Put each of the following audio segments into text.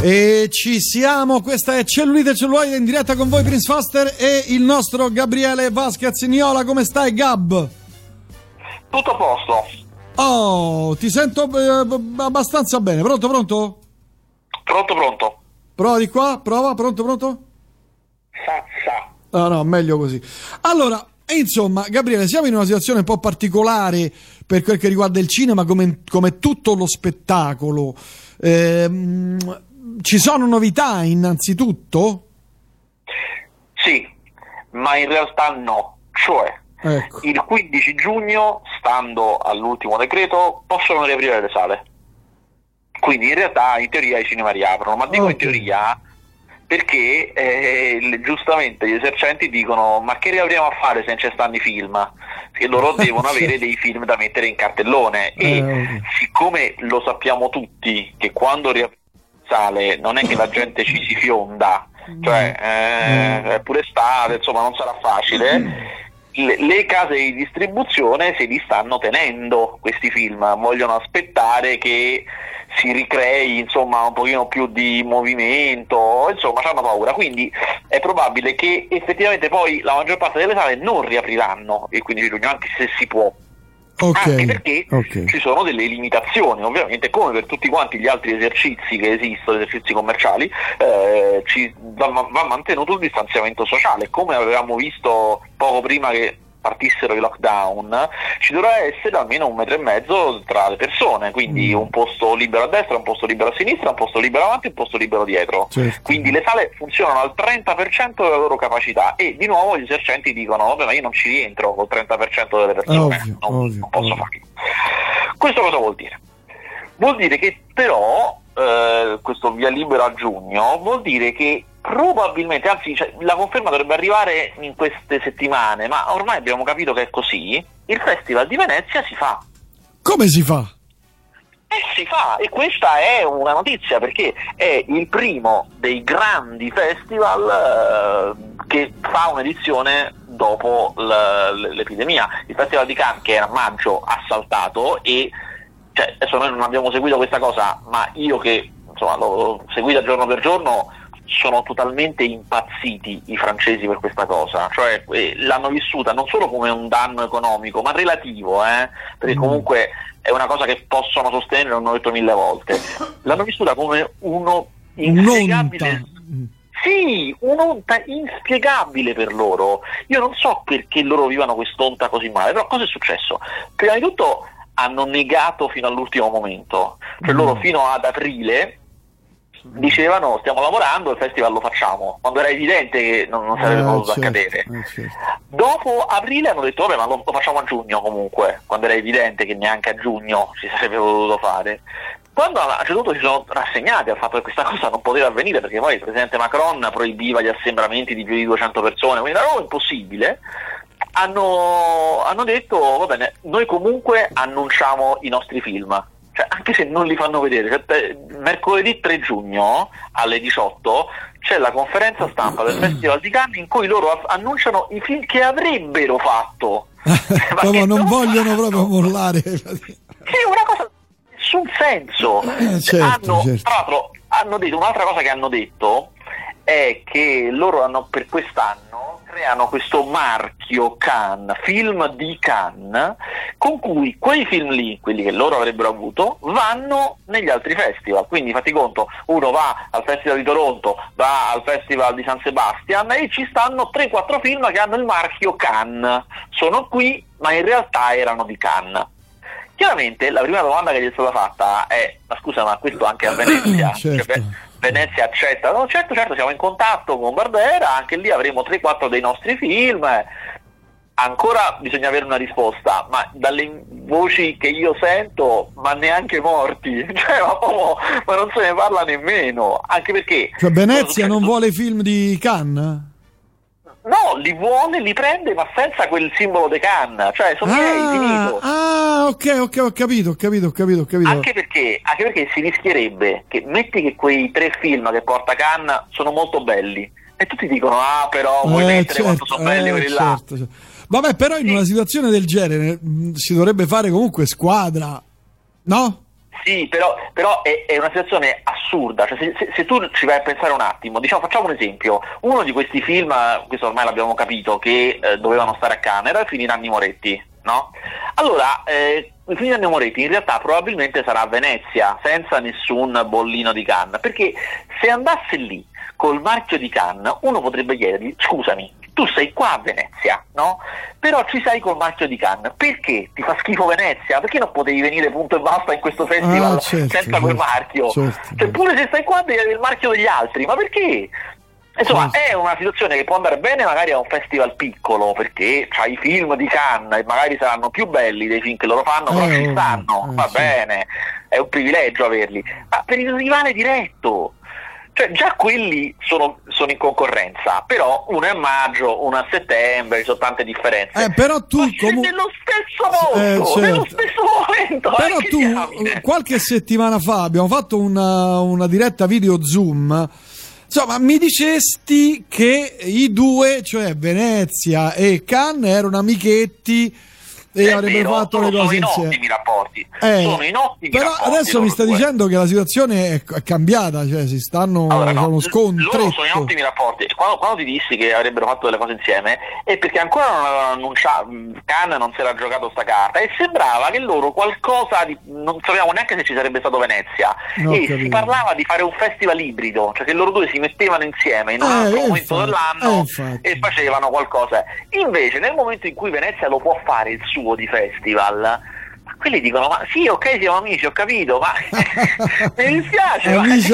E ci siamo, questa è Cellulite Celluloide in diretta con voi, Prince Faster e il nostro Gabriele Vasquez Niola. Come stai, Gab? Tutto a posto. Oh, ti sento abbastanza bene. Pronto? Pronto. Prova di qua, pronto? Sa. No, meglio così. Allora, insomma, Gabriele, siamo in una situazione un po' particolare per quel che riguarda il cinema, come tutto lo spettacolo. Ci sono novità innanzitutto? Sì, ma in realtà no. Cioè, ecco, il 15 giugno, stando all'ultimo decreto, possono riaprire le sale. Quindi in realtà, in teoria, i cinema riaprono. Ma dico in teoria perché giustamente gli esercenti dicono: ma che riapriamo a fare se non ci stanno i film? Perché loro devono avere dei film da mettere in cartellone e siccome lo sappiamo tutti che quando riapriamo le sale non è che la gente ci si fionda, cioè è pure estate, insomma non sarà facile. Le case di distribuzione se li stanno tenendo questi film, vogliono aspettare che si ricrei insomma un pochino più di movimento, insomma hanno paura, quindi è probabile che effettivamente poi la maggior parte delle sale non riapriranno il 15 giugno, anche se si può. Anche perché ci sono delle limitazioni, ovviamente, come per tutti quanti gli altri esercizi che esistono, esercizi commerciali, va mantenuto il distanziamento sociale. Come avevamo visto poco prima che partissero i lockdown, ci dovrà essere almeno 1,5 metri tra le persone, quindi un posto libero a destra, un posto libero a sinistra, un posto libero avanti, un posto libero dietro. Certo. Quindi le sale funzionano al 30% della loro capacità e di nuovo gli esercenti dicono: vabbè, ma io non ci rientro col 30% delle persone, non posso farlo. Questo cosa vuol dire? Vuol dire che però questo via libera a giugno vuol dire che probabilmente, anzi, la conferma dovrebbe arrivare in queste settimane, ma ormai abbiamo capito che è così, il Festival di Venezia si fa. Come si fa? Si fa, e questa è una notizia perché è il primo dei grandi festival che fa un'edizione dopo l'epidemia. Il Festival di Cannes, che era a maggio, ha saltato e adesso noi non abbiamo seguito questa cosa, ma io che insomma l'ho seguita giorno per giorno, sono totalmente impazziti i francesi per questa cosa, cioè l'hanno vissuta non solo come un danno economico, ma relativo, perché comunque è una cosa che possono sostenere, l'hanno detto 1000 volte, l'hanno vissuta come uno inspiegabile. Sì, un'onta inspiegabile per loro. Io non so perché loro vivano quest'onta così male, però cosa è successo? Prima di tutto hanno negato fino all'ultimo momento, cioè loro fino ad aprile dicevano: stiamo lavorando, il festival lo facciamo, quando era evidente che non sarebbe potuto accadere. Dopo aprile hanno detto: vabbè, ma lo facciamo a giugno comunque, quando era evidente che neanche a giugno si sarebbe potuto fare. Quando a un certo punto si sono rassegnati al fatto che questa cosa non poteva avvenire, perché poi il presidente Macron proibiva gli assembramenti di più di 200 persone, quindi era impossibile, hanno detto: va bene, noi comunque annunciamo i nostri film. Cioè, anche se non li fanno vedere, mercoledì 3 giugno alle 18 c'è la conferenza stampa del Festival di Cannes in cui loro annunciano i film che avrebbero fatto. Ma non vogliono proprio mollare. Sì, una cosa nessun senso. Certo. Tra l'altro hanno detto un'altra cosa che hanno detto è che loro per quest'anno creano questo marchio Cannes, film di Cannes, con cui quei film lì, quelli che loro avrebbero avuto, vanno negli altri festival. Quindi fatti conto, uno va al Festival di Toronto, va al Festival di San Sebastian e ci stanno 3-4 film che hanno il marchio Cannes. Sono qui, ma in realtà erano di Cannes. Chiaramente la prima domanda che gli è stata fatta è: ma scusa, ma questo anche a Venezia? Certo. Cioè, Venezia accetta? No, certo, siamo in contatto con Barbera, anche lì avremo 3-4 dei nostri film. Ancora bisogna avere una risposta, ma dalle voci che io sento, ma neanche morti, ma non se ne parla nemmeno, anche perché... Cioè Venezia non vuole film di Cannes? No, li vuole, li prende, ma senza quel simbolo di Cannes, cioè sono miei, finito. Ok, ho capito. Anche perché si rischierebbe che metti che quei 3 film che porta Cannes sono molto belli e tutti dicono: però vuoi mettere quanto sono belli quelli là. Certo. Vabbè, però in una situazione del genere si dovrebbe fare comunque squadra, no? Sì, però è una situazione assurda, cioè se tu ci vai a pensare un attimo, diciamo, facciamo un esempio, uno di questi film, questo ormai l'abbiamo capito, che dovevano stare a Cannes, era il film di Nanni Moretti, no? Allora, il film di Nanni Moretti in realtà probabilmente sarà a Venezia, senza nessun bollino di Cannes, perché se andasse lì col marchio di Cannes, uno potrebbe chiedergli, scusami, tu sei qua a Venezia, no? Però ci sei col marchio di Cannes, perché ti fa schifo Venezia? Perché non potevi venire punto e basta in questo festival senza quel marchio? Cioè, pure se stai qua devi avere il marchio degli altri, ma perché? Insomma, è una situazione che può andare bene magari a un festival piccolo, perché c'hai i film di Cannes e magari saranno più belli dei film che loro fanno, però ci stanno, va bene, è un privilegio averli. Ma per il rivale diretto, cioè già quelli sono in concorrenza, però uno è a maggio, uno a settembre, ci sono tante differenze. Però tu nello stesso posto, nello stesso momento. Però tu qualche settimana fa abbiamo fatto una diretta video Zoom. Insomma, mi dicesti che i due, cioè Venezia e Cannes, erano amichetti e avrebbero fatto le cose insieme. Sono in ottimi rapporti. Sono in ottimi però rapporti. Adesso mi sta dicendo che la situazione è cambiata, cioè si stanno uno scontretto. Loro sono in ottimi rapporti. Quando ti dissi che avrebbero fatto delle cose insieme è perché ancora non avevano annunciato, Cannes non si era giocato sta carta e sembrava che loro qualcosa non sapevamo neanche se ci sarebbe stato Venezia, si parlava di fare un festival ibrido, cioè che loro due si mettevano insieme in un altro momento dell'anno e facevano qualcosa. Invece nel momento in cui Venezia lo può fare il suo di festival, quelli dicono, ma sì, ok, siamo amici, ho capito, ma mi dispiace,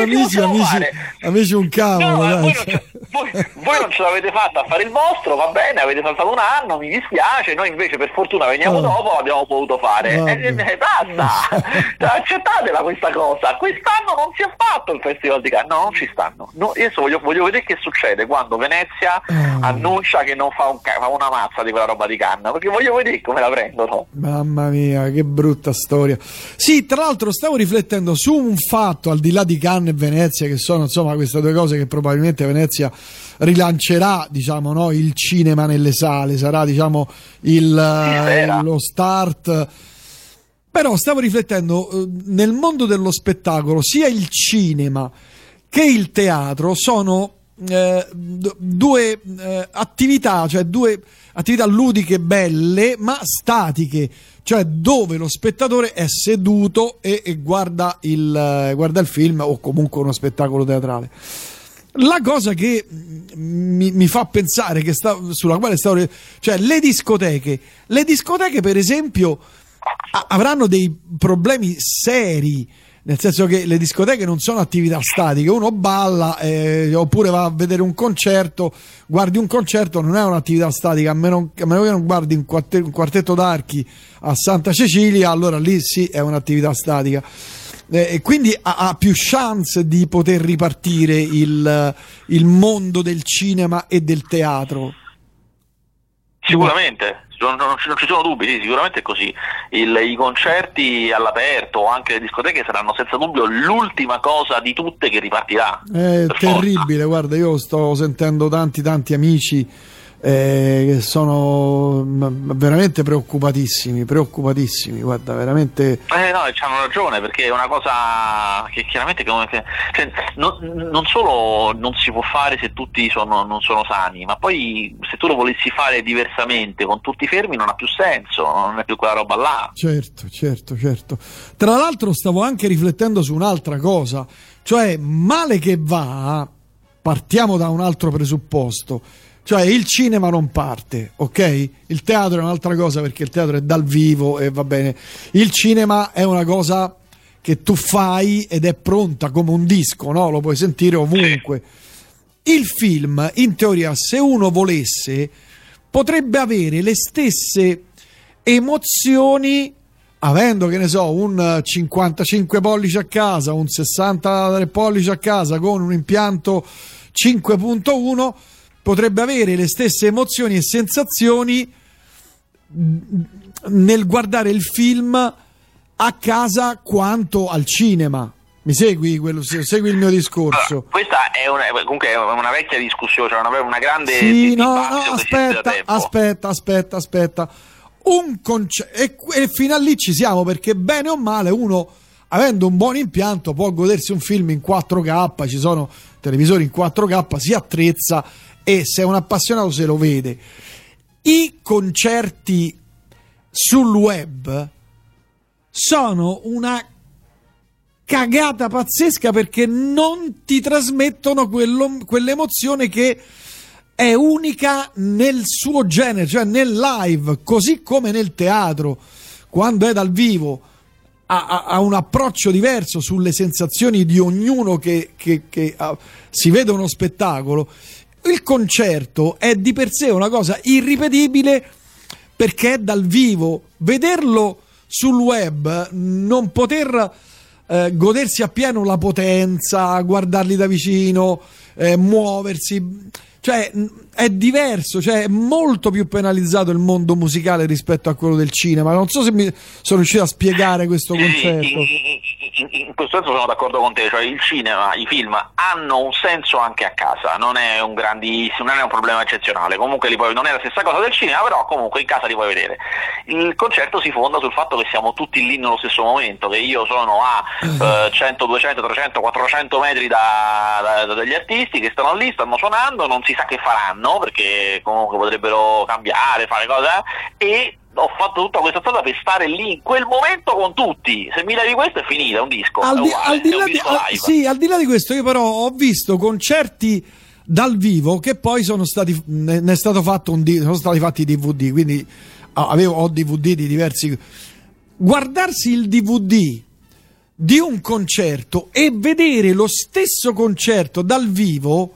amici un cavolo, no, voi non ce l'avete fatta a fare il vostro, va bene, avete saltato un anno, mi dispiace, noi invece per fortuna veniamo dopo, l'abbiamo potuto fare, basta, accettatela questa cosa. Quest'anno non si è fatto il festival di Cannes, no, non ci stanno. No, io adesso voglio vedere che succede quando Venezia annuncia che non fa una mazza di quella roba di Cannes, perché voglio vedere come la prendono. Mamma mia, che brutta storia. Sì, tra l'altro stavo riflettendo su un fatto, al di là di Cannes e Venezia, che sono insomma queste due cose che probabilmente Venezia rilancerà, diciamo, no, il cinema nelle sale, sarà, diciamo, lo start. Però stavo riflettendo, nel mondo dello spettacolo sia il cinema che il teatro sono due attività, cioè due attività ludiche belle ma statiche, cioè dove lo spettatore è seduto e guarda il film o comunque uno spettacolo teatrale. La cosa che mi fa pensare sulla quale cioè le discoteche per esempio avranno dei problemi seri, nel senso che le discoteche non sono attività statiche, uno balla oppure va a vedere un concerto, guardi un concerto, non è un'attività statica, a meno che non guardi un quartetto d'archi a Santa Cecilia, allora lì sì è un'attività statica, e quindi ha più chance di poter ripartire il mondo del cinema e del teatro. Sicuramente, non ci sono dubbi, sì, sicuramente è così. I concerti all'aperto o anche le discoteche saranno senza dubbio l'ultima cosa di tutte che ripartirà. È terribile, guarda, io sto sentendo tanti amici che sono veramente preoccupatissimi, guarda, veramente. No, c'hanno ragione, perché è una cosa che chiaramente cioè, non solo non si può fare se tutti non sono sani, ma poi se tu lo volessi fare diversamente con tutti fermi non ha più senso, non è più quella roba là. Certo. Tra l'altro stavo anche riflettendo su un'altra cosa, cioè male che va, partiamo da un altro presupposto. Cioè il cinema non parte, ok? Il teatro è un'altra cosa, perché il teatro è dal vivo e va bene. Il cinema è una cosa che tu fai ed è pronta come un disco, no? Lo puoi sentire ovunque. Il film, in teoria, se uno volesse, potrebbe avere le stesse emozioni avendo, che ne so, un 55 pollici a casa, un 63 pollici a casa con un impianto 5.1, potrebbe avere le stesse emozioni e sensazioni nel guardare il film a casa quanto al cinema. Mi segui? Segui il mio discorso? Allora, questa comunque è una vecchia discussione, cioè una grande. Sì, aspetta. E fino a lì ci siamo, perché bene o male uno avendo un buon impianto può godersi un film in 4K, ci sono televisori in 4K, si attrezza e se è un appassionato se lo vede. I concerti sul web sono una cagata pazzesca perché non ti trasmettono quell'emozione che è unica nel suo genere, cioè nel live, così come nel teatro, quando è dal vivo ha un approccio diverso sulle sensazioni di ognuno che si vede uno spettacolo. Il concerto è di per sé una cosa irripetibile perché è dal vivo. Vederlo sul web, non poter godersi appieno la potenza, guardarli da vicino, muoversi, cioè è diverso, cioè è molto più penalizzato il mondo musicale rispetto a quello del cinema. Non so se mi sono riuscito a spiegare questo concetto. In questo senso sono d'accordo con te, cioè il cinema, i film hanno un senso anche a casa, non è un grandissimo, non è un problema eccezionale, comunque non è la stessa cosa del cinema, però comunque in casa li puoi vedere. Il concerto si fonda sul fatto che siamo tutti lì nello stesso momento, che io sono a 100, 200, 300, 400 metri dagli artisti che stanno lì, stanno suonando, non si sa che faranno, perché comunque potrebbero cambiare, fare cose, e ho fatto tutta questa strada per stare lì in quel momento con tutti. Se mi levi questo è finita, è un disco. Al di là di questo, io però ho visto concerti dal vivo che poi sono stati, ne è stato fatto sono stati fatti DVD, quindi ho DVD di diversi. Guardarsi il DVD di un concerto e vedere lo stesso concerto dal vivo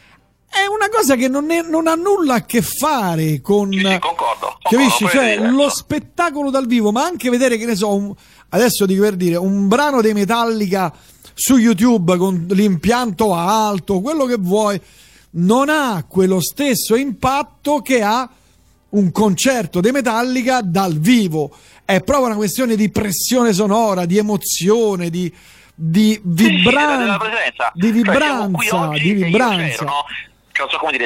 è una cosa che non ha nulla a che fare con... Sì, concordo, capisci? Cioè, lo spettacolo dal vivo, ma anche vedere, che ne so, adesso dico per dire, un brano dei Metallica su YouTube con l'impianto alto, quello che vuoi, non ha quello stesso impatto che ha un concerto dei Metallica dal vivo. È proprio una questione di pressione sonora, di emozione, di vibranza, di vibranza. Non so come dire,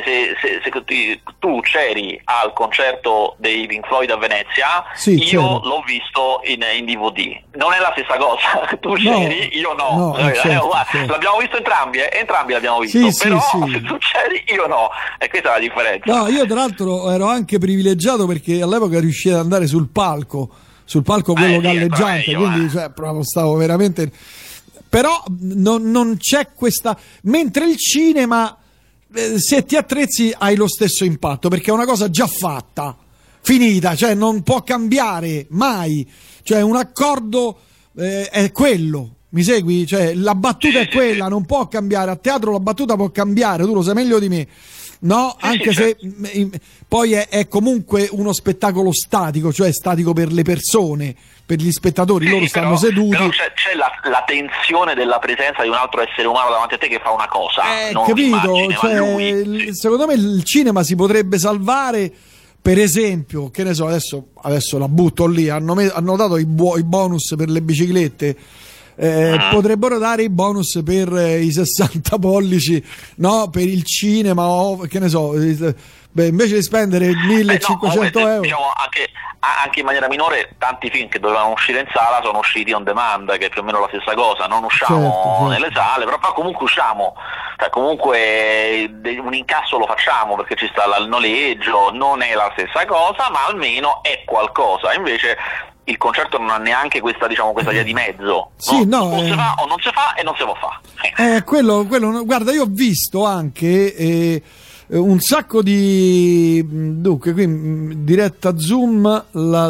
se tu c'eri al concerto dei Pink Floyd a Venezia, sì, io c'ero. l'ho visto in DVD. Non è la stessa cosa. Tu c'eri, io no. Certo. L'abbiamo visto entrambi l'abbiamo visto, sì, però sì. se tu c'eri, io no. E questa è la differenza. No, io tra l'altro ero anche privilegiato perché all'epoca riuscii ad andare sul palco quello galleggiante, quindi cioè, proprio stavo veramente... Però non c'è questa... Mentre il cinema... se ti attrezzi hai lo stesso impatto perché è una cosa già fatta, finita, cioè non può cambiare mai, cioè un accordo è quello, mi segui? Cioè la battuta è quella, non può cambiare. A teatro la battuta può cambiare, tu lo sai meglio di me, no? Anche se poi è comunque uno spettacolo statico, cioè statico per le persone, per gli spettatori, loro stanno seduti. Però c'è la tensione della presenza di un altro essere umano davanti a te che fa una cosa, non capito? Cioè, lui, secondo me il cinema si potrebbe salvare, per esempio, che ne so, adesso la butto lì, hanno dato i bonus per le biciclette. Potrebbero dare i bonus per i 60 pollici, no? Per il cinema, o che ne so, invece di spendere 1.500 euro. Diciamo anche in maniera minore, tanti film che dovevano uscire in sala sono usciti on demand, che è più o meno la stessa cosa. Non usciamo certo. nelle sale, però comunque usciamo, cioè comunque un incasso lo facciamo perché ci sta il noleggio, non è la stessa cosa, ma almeno è qualcosa. Invece il concerto non ha neanche questa via di mezzo, sì, no? O si fa o non si fa e non si può fare. Quello, guarda, io ho visto anche un sacco di dunque qui diretta Zoom, la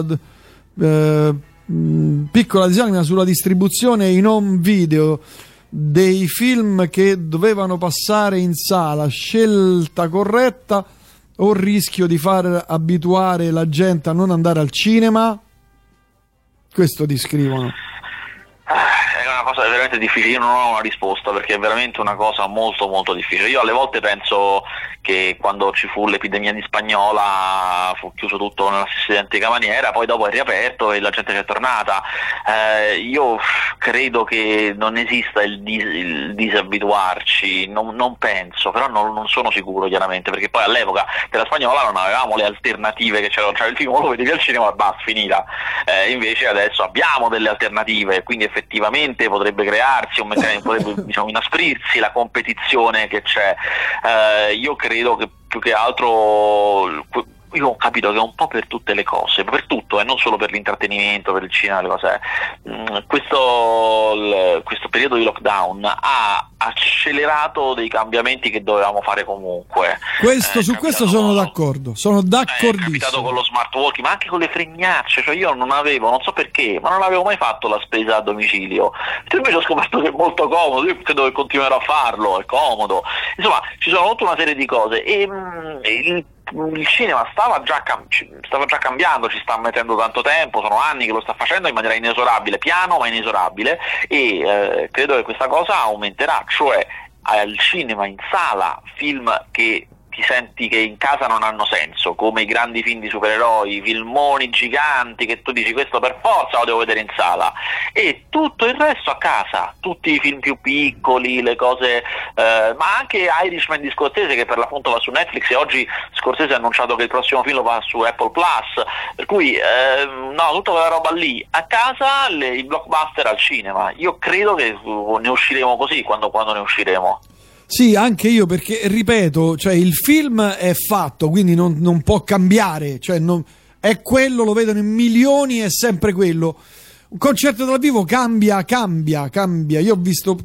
piccola disamina sulla distribuzione in home video dei film che dovevano passare in sala, scelta corretta o rischio di far abituare la gente a non andare al cinema? Questo ti scrivono. cosa veramente difficile, io non ho una risposta perché è veramente una cosa molto molto difficile. Io alle volte penso che quando ci fu l'epidemia di spagnola fu chiuso tutto nella stessa identica maniera, poi dopo è riaperto e la gente c'è tornata. Io credo che non esista il disabituarci, non penso, però non sono sicuro chiaramente, perché poi all'epoca della spagnola non avevamo le alternative che c'erano, cioè il film lo vedevi al cinema e basta, finita. Invece adesso abbiamo delle alternative, quindi effettivamente potrebbe crearsi potrebbe diciamo inasprirsi la competizione che c'è. Io credo che più che altro io ho capito che è un po' per tutte le cose, per tutto, e non solo per l'intrattenimento, per il cinema, le cose. Questo periodo di lockdown ha accelerato dei cambiamenti che dovevamo fare comunque. Su questo sono d'accordo, sono d'accordissimo. È capitato con lo smart working, ma anche con le fregnacce, cioè io non so perché, ma non avevo mai fatto la spesa a domicilio. Invece ho scoperto che è molto comodo, io credo che continuerò a farlo, è comodo. Insomma, ci sono tutta una serie di cose e il cinema stava già cambiando, ci sta mettendo tanto tempo, sono anni che lo sta facendo in maniera inesorabile, piano ma inesorabile, e credo che questa cosa aumenterà, cioè al cinema, in sala, film che ti senti che in casa non hanno senso, come i grandi film di supereroi, filmoni giganti che tu dici questo per forza lo devo vedere in sala, e tutto il resto a casa, tutti i film più piccoli, le cose, ma anche Irishman di Scorsese che per l'appunto va su Netflix, e oggi Scorsese ha annunciato che il prossimo film va su Apple Plus, per cui tutta quella roba lì a casa, i blockbuster al cinema. Io credo che ne usciremo così quando ne usciremo. Sì, anche io, perché ripeto, cioè il film è fatto, quindi non può cambiare, cioè è quello, lo vedono in milioni, è sempre quello. Un concerto dal vivo cambia. Io ho visto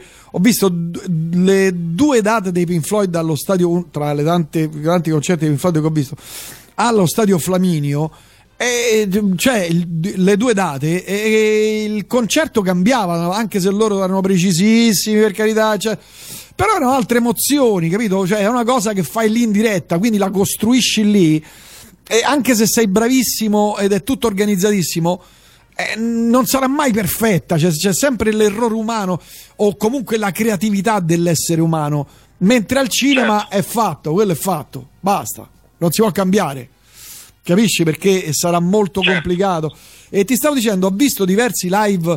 le 2 date dei Pink Floyd allo stadio, tra le tanti concerti dei Pink Floyd che ho visto, allo stadio Flaminio. Cioè le 2 date e il concerto cambiava, anche se loro erano precisissimi, per carità, cioè, però erano altre emozioni, capito? Cioè è una cosa che fai lì in diretta, quindi la costruisci lì, e anche se sei bravissimo ed è tutto organizzatissimo, non sarà mai perfetta, c'è sempre l'errore umano o comunque la creatività dell'essere umano, mentre al cinema è fatto, quello è fatto, basta, non si può cambiare. Capisci? Perché sarà molto complicato. E ti stavo dicendo, ho visto diversi live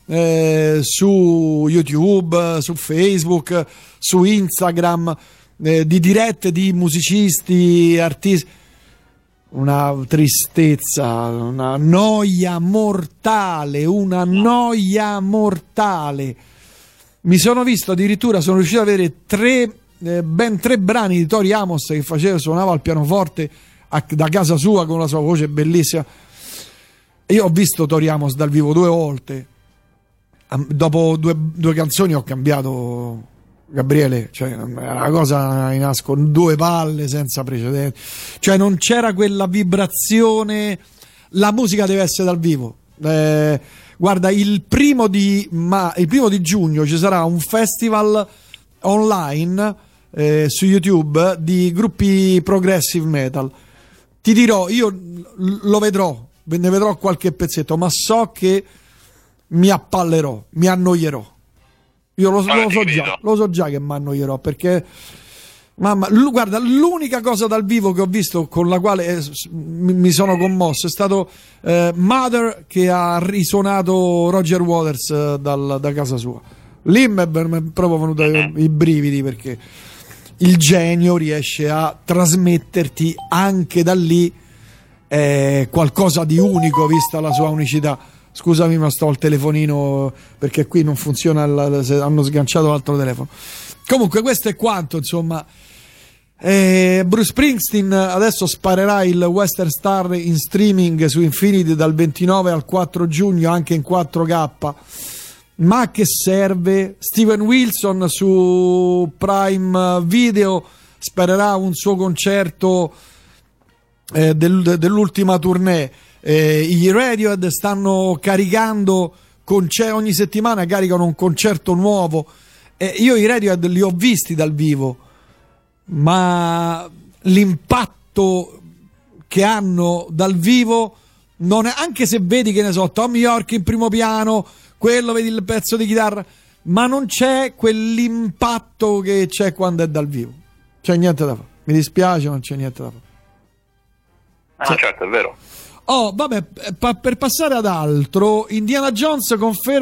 su YouTube, su Facebook, su Instagram, di dirette di musicisti, artisti. Una tristezza, una noia mortale. Mi sono visto addirittura, sono riuscito ad avere ben 3 brani di Tori Amos che suonava al pianoforte da casa sua con la sua voce bellissima. Io ho visto Tori Amos dal vivo 2 volte. Dopo due canzoni ho cambiato, Gabriele, cioè era una cosa in asco, 2 palle senza precedenti, cioè non c'era quella vibrazione. La musica deve essere dal vivo. Guarda, il primo di giugno ci sarà un festival online su YouTube di gruppi progressive metal. Ti dirò, io lo vedrò, ne vedrò qualche pezzetto, ma so che mi appallerò, mi annoierò. Io lo so già che mi annoierò, perché guarda, l'unica cosa dal vivo che ho visto con la quale mi sono commosso è stato Mother, che ha risuonato Roger Waters da casa sua. Lì mi è proprio venuto i brividi, perché il genio riesce a trasmetterti anche da lì qualcosa di unico, vista la sua unicità. Scusami, ma sto al telefonino perché qui non funziona, hanno sganciato l'altro telefono. Comunque questo è quanto, insomma. Bruce Springsteen adesso sparerà il Western Star in streaming su Infinity dal 29 al 4 giugno, anche in 4K. Ma che serve? Steven Wilson su Prime Video sparerà un suo concerto dell'ultima tournée. I Radiohead stanno caricando ogni settimana caricano un concerto nuovo. Io i Radiohead li ho visti dal vivo, ma l'impatto che hanno dal vivo non è, anche se vedi, che ne so, Tom York in primo piano quello vedi il pezzo di chitarra, ma non c'è quell'impatto che c'è quando è dal vivo. C'è niente da fare, mi dispiace, non c'è niente da fare. Certo, è vero. Oh, vabbè, per passare ad altro, Indiana Jones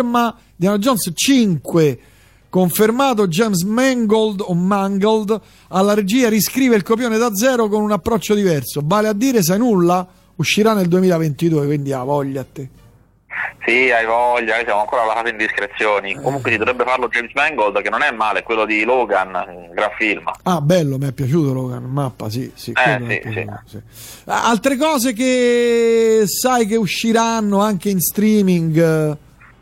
5, confermato James Mangold alla regia, riscrive il copione da zero con un approccio diverso, vale a dire sai nulla? Uscirà nel 2022, quindi ha voglia a te. Sì, hai voglia, siamo ancora alla fase indiscrezioni. Comunque si dovrebbe farlo James Mangold, che non è male, quello di Logan, un gran film. Ah, bello, mi è piaciuto Logan, mappa, sì. Sì. Altre cose che sai che usciranno anche in streaming?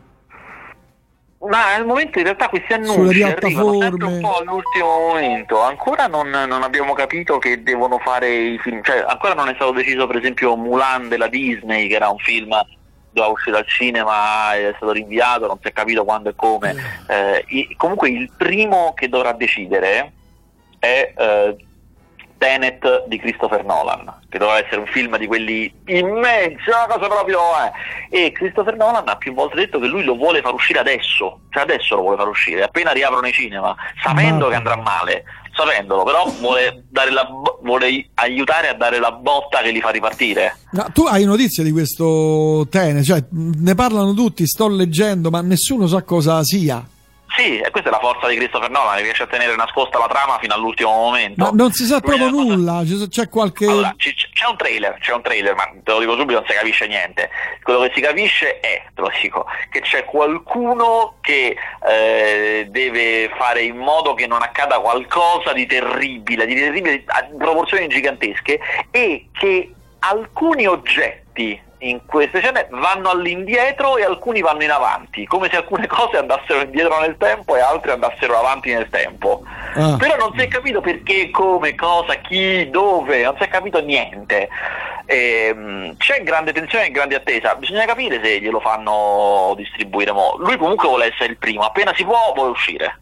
Ma al momento in realtà questi annunci sulle piattaforme arrivano sempre un po' all'ultimo momento, ancora non abbiamo capito che devono fare i film, cioè ancora non è stato deciso per esempio Mulan della Disney, che era un film doveva uscire al cinema, è stato rinviato, non si è capito quando e come. Comunque il primo che dovrà decidere è Tenet di Christopher Nolan, che doveva essere un film di quelli immensi, una cosa proprio e Christopher Nolan ha più volte detto che lui lo vuole far uscire adesso, cioè adesso lo vuole far uscire, appena riaprono i cinema, sapendo che andrà male, sapendolo, però vuole aiutare a dare la botta che li fa ripartire. No, tu hai notizie di questo Tenet, cioè ne parlano tutti, sto leggendo, ma nessuno sa cosa sia. Sì, e questa è la forza di Christopher Nolan, riesce a tenere nascosta la trama fino all'ultimo momento. Ma non si sa proprio nulla, c'è qualche... Allora, c'è un trailer, ma te lo dico subito, non si capisce niente. Quello che si capisce è, te lo dico, che c'è qualcuno che deve fare in modo che non accada qualcosa di terribile a proporzioni gigantesche, e che alcuni oggetti in queste scene vanno all'indietro e alcuni vanno in avanti, come se alcune cose andassero indietro nel tempo e altre andassero avanti nel tempo. Però non si è capito perché, come, cosa, chi, dove, non si è capito niente. C'è grande tensione e grande attesa, bisogna capire se glielo fanno distribuire lui comunque vuole essere il primo, appena si può vuole uscire.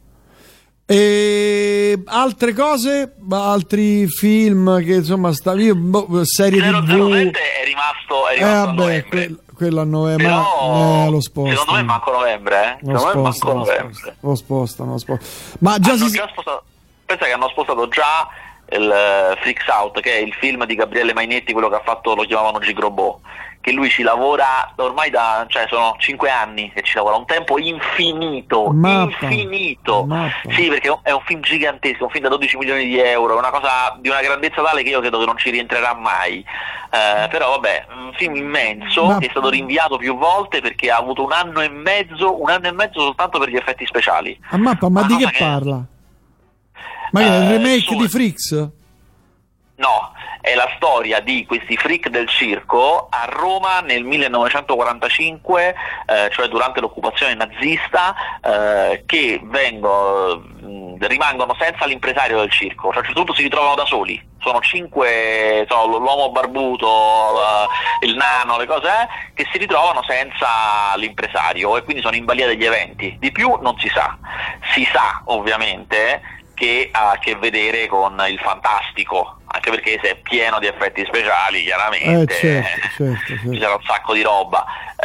E altre cose, altri film che insomma serie TV. 007 è rimasto a novembre. Quello a novembre, ma lo spostano. Secondo me manco novembre, Lo spostano. Ma già pensa che hanno spostato già il Freaks Out, che è il film di Gabriele Mainetti, quello che ha fatto, lo chiamavano Gigrobò, che lui ci lavora ormai sono 5 anni che ci lavora, un tempo infinito. Sì, perché è un film gigantesco, un film da 12 milioni di euro, è una cosa di una grandezza tale che io credo che non ci rientrerà mai. Però vabbè, un film immenso che è stato rinviato più volte perché ha avuto un anno e mezzo soltanto per gli effetti speciali. Ma di che parla? Ma è il remake di Freaks? No, è la storia di questi freak del circo a Roma nel 1945, cioè durante l'occupazione nazista, che rimangono senza l'impresario del circo, cioè a un certo punto si ritrovano da soli, sono 5, l'uomo barbuto, il nano, le cose che si ritrovano senza l'impresario e quindi sono in balia degli eventi. Di più non si sa ovviamente che ha a che vedere con il fantastico, anche perché se è pieno di effetti speciali chiaramente certo. Ci sarà un sacco di roba.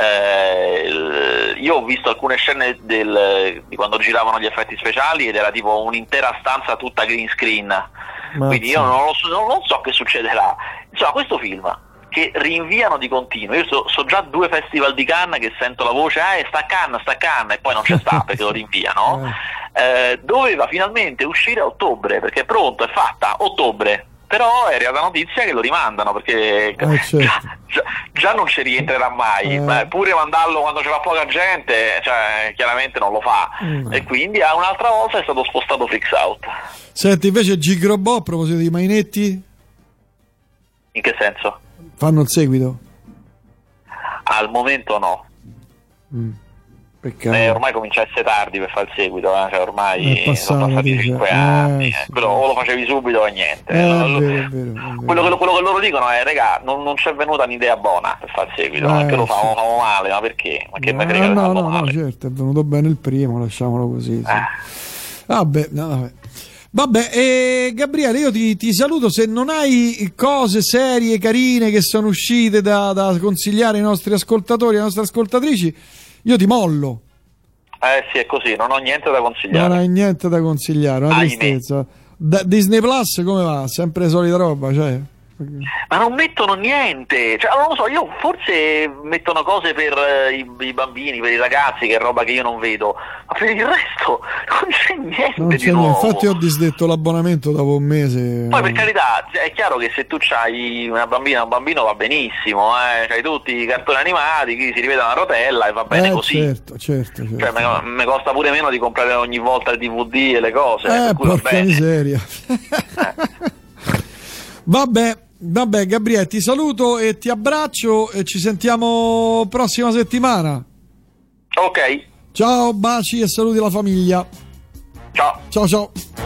Io ho visto alcune scene di quando giravano gli effetti speciali ed era tipo un'intera stanza tutta green screen, quindi io non so che succederà. Insomma, questo film che rinviano di continuo, io so già 2 festival di Cannes che sento la voce sta a Cannes e poi non c'è sta perché lo rinviano. Doveva finalmente uscire a ottobre, perché è pronto, è fatta ottobre, però è arrivata notizia che lo rimandano perché già non ci rientrerà mai, pure mandarlo quando c'era poca gente, cioè chiaramente non lo fa, e quindi un'altra volta è stato spostato Freaks Out. Senti, invece Gigrobò, a proposito di Mainetti, in che senso? Fanno il seguito? Al momento no. Peccato. Ormai comincia a essere tardi per fare il seguito, cioè ormai sono passati 5 anni. Quello o lo facevi subito o niente. È vero. Quello che loro dicono è: regà, non c'è venuta un'idea buona per fare il seguito, perché lo famo male, ma perché? Ma che no, certo, è venuto bene il primo, lasciamolo così. Sì. Vabbè, Gabriele, io ti saluto. Se non hai cose serie, carine che sono uscite da consigliare ai nostri ascoltatori, alle nostre ascoltatrici, io ti mollo. Sì, è così, non ho niente da consigliare. Non hai niente da consigliare, una tristezza. Disney Plus come va? Sempre solita roba, cioè? Ma non mettono niente, cioè, non lo so, io forse mettono cose per i bambini, per i ragazzi, che è roba che io non vedo, ma per il resto non c'è niente Non di c'è nuovo. niente. Infatti ho disdetto l'abbonamento dopo un mese. Poi per carità, è chiaro che se tu c'hai una bambina, un bambino va benissimo, c'hai tutti i cartoni animati, chi si rivede una rotella e va bene così. Certo. Cioè, mi costa pure meno di comprare ogni volta il DVD e le cose. Per cui porca miseria. Vabbè, Gabriele, ti saluto e ti abbraccio e ci sentiamo prossima settimana. Ok. Ciao, baci e saluti alla famiglia. Ciao. Ciao.